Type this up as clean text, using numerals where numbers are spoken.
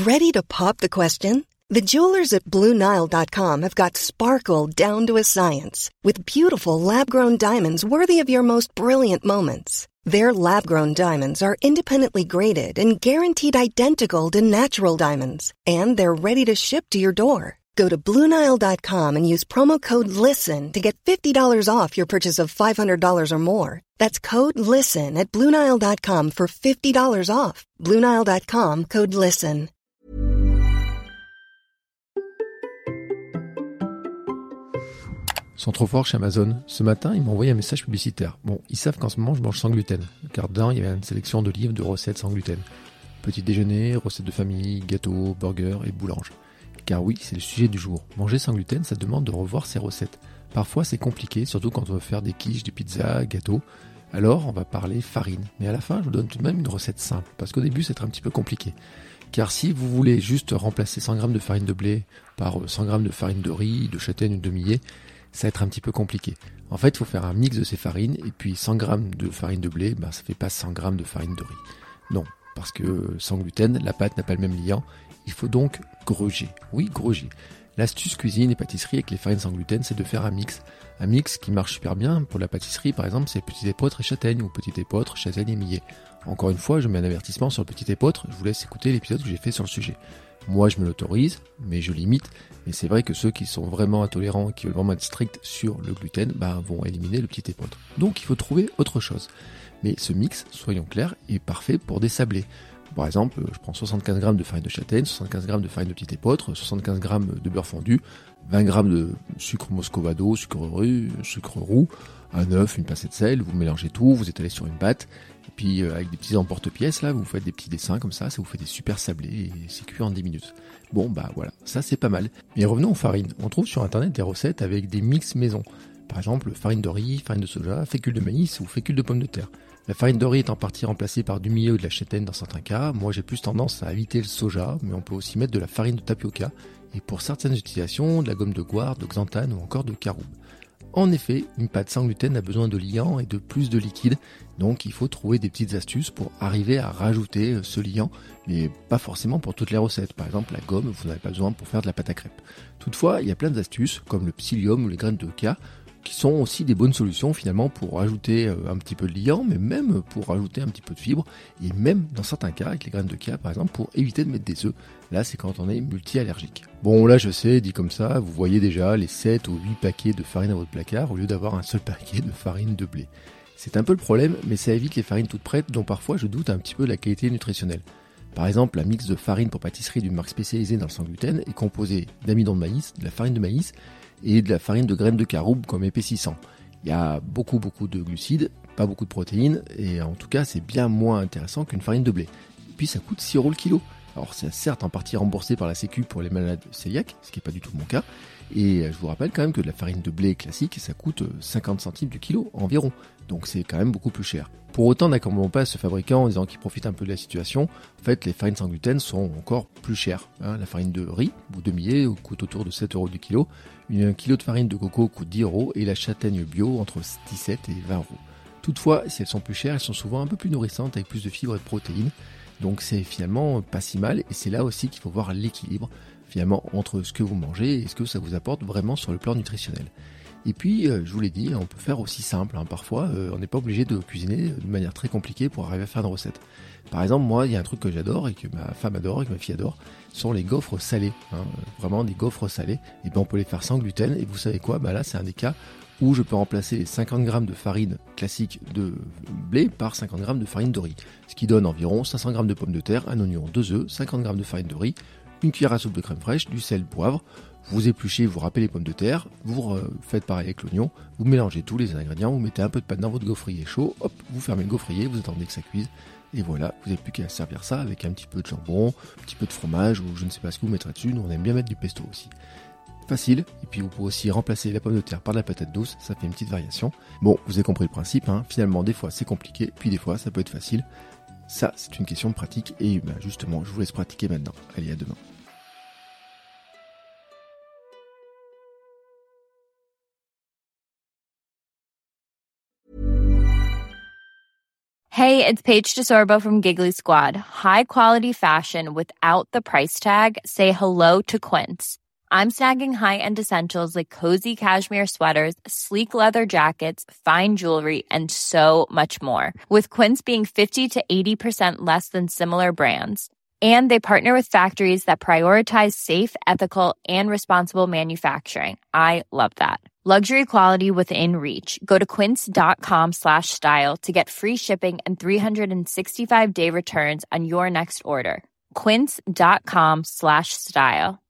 Ready to pop the question? The jewelers at BlueNile.com have got sparkle down to a science with beautiful lab-grown diamonds worthy of your most brilliant moments. Their lab-grown diamonds are independently graded and guaranteed identical to natural diamonds, and they're ready to ship to your door. Go to BlueNile.com and use promo code LISTEN to get $50 off your purchase of $500 or more. That's code LISTEN at BlueNile.com for $50 off. BlueNile.com, code LISTEN. Ils sont trop forts chez Amazon. Ce matin, ils m'ont envoyé un message publicitaire. Bon, ils savent qu'en ce moment, je mange sans gluten, car dedans, il y avait une sélection de livres de recettes sans gluten. Petit déjeuner, recettes de famille, gâteaux, burgers et boulanges. Car oui, c'est le sujet du jour. Manger sans gluten, ça demande de revoir ses recettes. Parfois, c'est compliqué, surtout quand on veut faire des quiches, des pizzas, gâteaux. Alors, on va parler farine. Mais à la fin, je vous donne tout de même une recette simple, parce qu'au début, c'est un petit peu compliqué. Car si vous voulez juste remplacer 100 g de farine de blé par 100 g de farine de riz, de châtaigne ou de millet, ça va être un petit peu compliqué. En fait, il faut faire un mix de ces farines, et puis 100 g de farine de blé, ça fait pas 100 g de farine de riz. Non, parce que sans gluten, la pâte n'a pas le même liant. Il faut donc gruger. Oui, gruger. L'astuce cuisine et pâtisserie avec les farines sans gluten, c'est de faire un mix. Un mix qui marche super bien pour la pâtisserie, par exemple, c'est petit épeautre et châtaigne, ou petit épeautre, châtaigne et millet. Encore une fois, je mets un avertissement sur le petit épeautre, je vous laisse écouter l'épisode que j'ai fait sur le sujet. Moi, je me l'autorise, mais je limite. Mais c'est vrai que ceux qui sont vraiment intolérants et qui veulent vraiment être stricts sur le gluten, vont éliminer le petit épeautre. Donc, il faut trouver autre chose. Mais ce mix, soyons clairs, est parfait pour des sablés. Par exemple, je prends 75 g de farine de châtaigne, 75 g de farine de petit épeautre, 75 g de beurre fondu, 20 g de sucre moscovado, sucre roux, un œuf, une pincée de sel, vous mélangez tout, vous étalez sur une pâte, et puis avec des petits emporte-pièces, là, vous faites des petits dessins comme ça vous fait des super sablés, et c'est cuit en 10 minutes. Bon, voilà, ça c'est pas mal. Mais revenons aux farines. On trouve sur internet des recettes avec des mix maison. Par exemple, farine de riz, farine de soja, fécule de maïs ou fécule de pomme de terre. La farine de riz est en partie remplacée par du millet ou de la châtaigne dans certains cas. Moi, j'ai plus tendance à éviter le soja, mais on peut aussi mettre de la farine de tapioca. Et pour certaines utilisations, de la gomme de goard, de xanthane ou encore de caroube. En effet, une pâte sans gluten a besoin de liant et de plus de liquide. Donc, il faut trouver des petites astuces pour arriver à rajouter ce liant, mais pas forcément pour toutes les recettes. Par exemple, la gomme, vous n'en avez pas besoin pour faire de la pâte à crêpes. Toutefois, il y a plein d'astuces, comme le psyllium ou les graines de oca, qui sont aussi des bonnes solutions finalement pour rajouter un petit peu de liant, mais même pour rajouter un petit peu de fibre, et même dans certains cas, avec les graines de chia par exemple, pour éviter de mettre des œufs. Là, c'est quand on est multi-allergique. Bon, là, je sais, dit comme ça, vous voyez déjà les 7 ou 8 paquets de farine à votre placard au lieu d'avoir un seul paquet de farine de blé. C'est un peu le problème, mais ça évite les farines toutes prêtes dont parfois je doute un petit peu de la qualité nutritionnelle. Par exemple, un mix de farine pour pâtisserie d'une marque spécialisée dans le sans gluten est composé d'amidon de maïs, de la farine de maïs et de la farine de graines de caroube comme épaississant. Il y a beaucoup de glucides, pas beaucoup de protéines, et en tout cas c'est bien moins intéressant qu'une farine de blé. Et puis ça coûte 6 € le kilo. Alors c'est certes en partie remboursé par la Sécu pour les malades cœliaques, ce qui n'est pas du tout mon cas, et je vous rappelle quand même que de la farine de blé classique, ça coûte 50 centimes du kilo environ, donc c'est quand même beaucoup plus cher. Pour autant, n'accommodons pas ce fabricant en disant qu'il profite un peu de la situation. En fait, les farines sans gluten sont encore plus chères. La farine de riz ou de millet coûte autour de 7 € du kilo. Un kilo de farine de coco coûte 10 € et la châtaigne bio entre 17 et 20 €. Toutefois, si elles sont plus chères, elles sont souvent un peu plus nourrissantes avec plus de fibres et de protéines. Donc c'est finalement pas si mal et c'est là aussi qu'il faut voir l'équilibre finalement entre ce que vous mangez et ce que ça vous apporte vraiment sur le plan nutritionnel. Et puis, je vous l'ai dit, on peut faire aussi simple. Parfois, on n'est pas obligé de cuisiner de manière très compliquée pour arriver à faire une recette. Par exemple, moi, il y a un truc que j'adore et que ma femme adore et que ma fille adore, sont les gaufres salés. Vraiment des gaufres salés. Et on peut les faire sans gluten. Et vous savez quoi ? Là, c'est un des cas où je peux remplacer les 50 g de farine classique de blé par 50 g de farine de riz. Ce qui donne environ 500 g de pommes de terre, un oignon, 2 œufs, 50 g de farine de riz, une cuillère à soupe de crème fraîche, du sel, poivre. Vous épluchez, vous râpez les pommes de terre, vous faites pareil avec l'oignon, vous mélangez tous les ingrédients, vous mettez un peu de pâte dans votre gaufrier chaud, hop, vous fermez le gaufrier, vous attendez que ça cuise, et voilà, vous n'avez plus qu'à servir ça avec un petit peu de jambon, un petit peu de fromage, ou je ne sais pas ce que vous mettrez dessus, nous on aime bien mettre du pesto aussi. Facile, et puis vous pouvez aussi remplacer la pomme de terre par de la patate douce, ça fait une petite variation. Bon, vous avez compris le principe, finalement des fois c'est compliqué, puis des fois ça peut être facile. Ça, c'est une question de pratique, et justement, je vous laisse pratiquer maintenant. Allez, à demain. Hey, it's Paige DeSorbo from Giggly Squad. High quality fashion without the price tag. Say hello to Quince. I'm snagging high-end essentials like cozy cashmere sweaters, sleek leather jackets, fine jewelry, and so much more. With Quince being 50 to 80% less than similar brands. And they partner with factories that prioritize safe, ethical, and responsible manufacturing. I love that. Luxury quality within reach. Go to quince.com/style to get free shipping and 365-day returns on your next order. Quince.com/style.